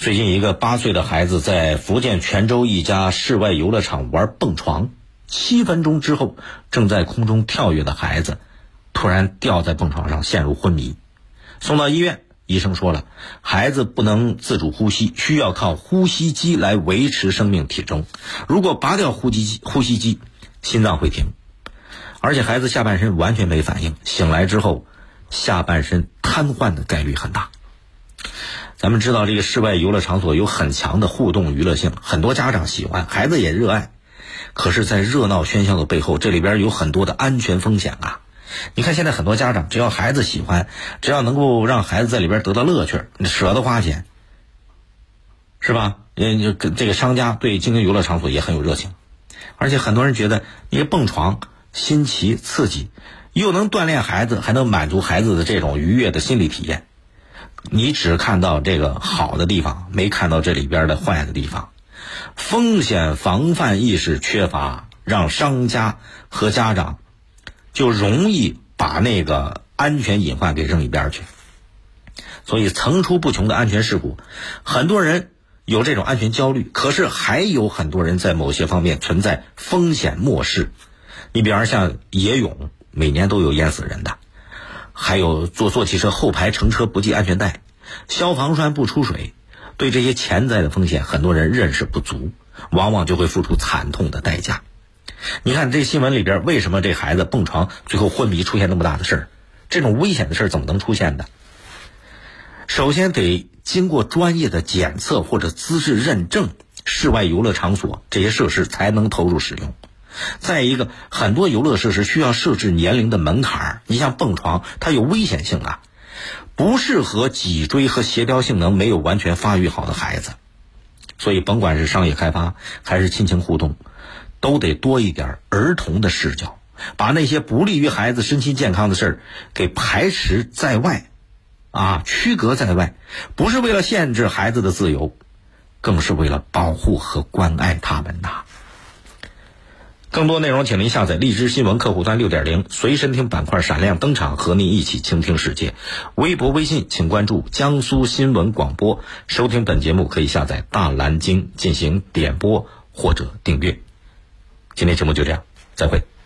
最近一个8岁的孩子在福建泉州一家室外游乐场玩蹦床，7分钟之后，正在空中跳跃的孩子突然掉在蹦床上，陷入昏迷。送到医院，医生说了，孩子不能自主呼吸，需要靠呼吸机来维持生命体征。如果拔掉呼吸机，心脏会停。而且孩子下半身完全没反应，醒来之后，下半身瘫痪的概率很大。咱们知道这个室外游乐场所有很强的互动娱乐性，很多家长喜欢，孩子也热爱。可是在热闹喧嚣的背后，这里边有很多的安全风险啊。你看现在很多家长，只要孩子喜欢，只要能够让孩子在里边得到乐趣，你舍得花钱，是吧？这个商家对经营游乐场所也很有热情。而且很多人觉得一个蹦床新奇刺激，又能锻炼孩子，还能满足孩子的这种愉悦的心理体验。你只看到这个好的地方，没看到这里边的坏的地方。风险防范意识缺乏，让商家和家长就容易把那个安全隐患给扔一边去。所以层出不穷的安全事故，很多人有这种安全焦虑，可是还有很多人在某些方面存在风险漠视。你比方像野泳，每年都有淹死人的，还有坐汽车后排乘车不系安全带，消防栓不出水，对这些潜在的风险，很多人认识不足，往往就会付出惨痛的代价。你看这新闻里边，为什么这孩子蹦床最后昏迷出现那么大的事儿？这种危险的事儿怎么能出现的？首先得经过专业的检测或者资质认证，室外游乐场所这些设施才能投入使用。再一个，很多游乐设施需要设置年龄的门槛，你像蹦床，它有危险性啊，不适合脊椎和协调性能没有完全发育好的孩子。所以甭管是商业开发还是亲情互动，都得多一点儿童的视角，把那些不利于孩子身心健康的事儿给排斥在外区隔在外，不是为了限制孩子的自由，更是为了保护和关爱他们呐。更多内容请您下载荔枝新闻客户端 6.0 随身听板块闪亮登场，和您一起倾听世界。微博微信请关注江苏新闻广播，收听本节目可以下载大蓝鲸进行点播或者订阅。今天节目就这样，再会。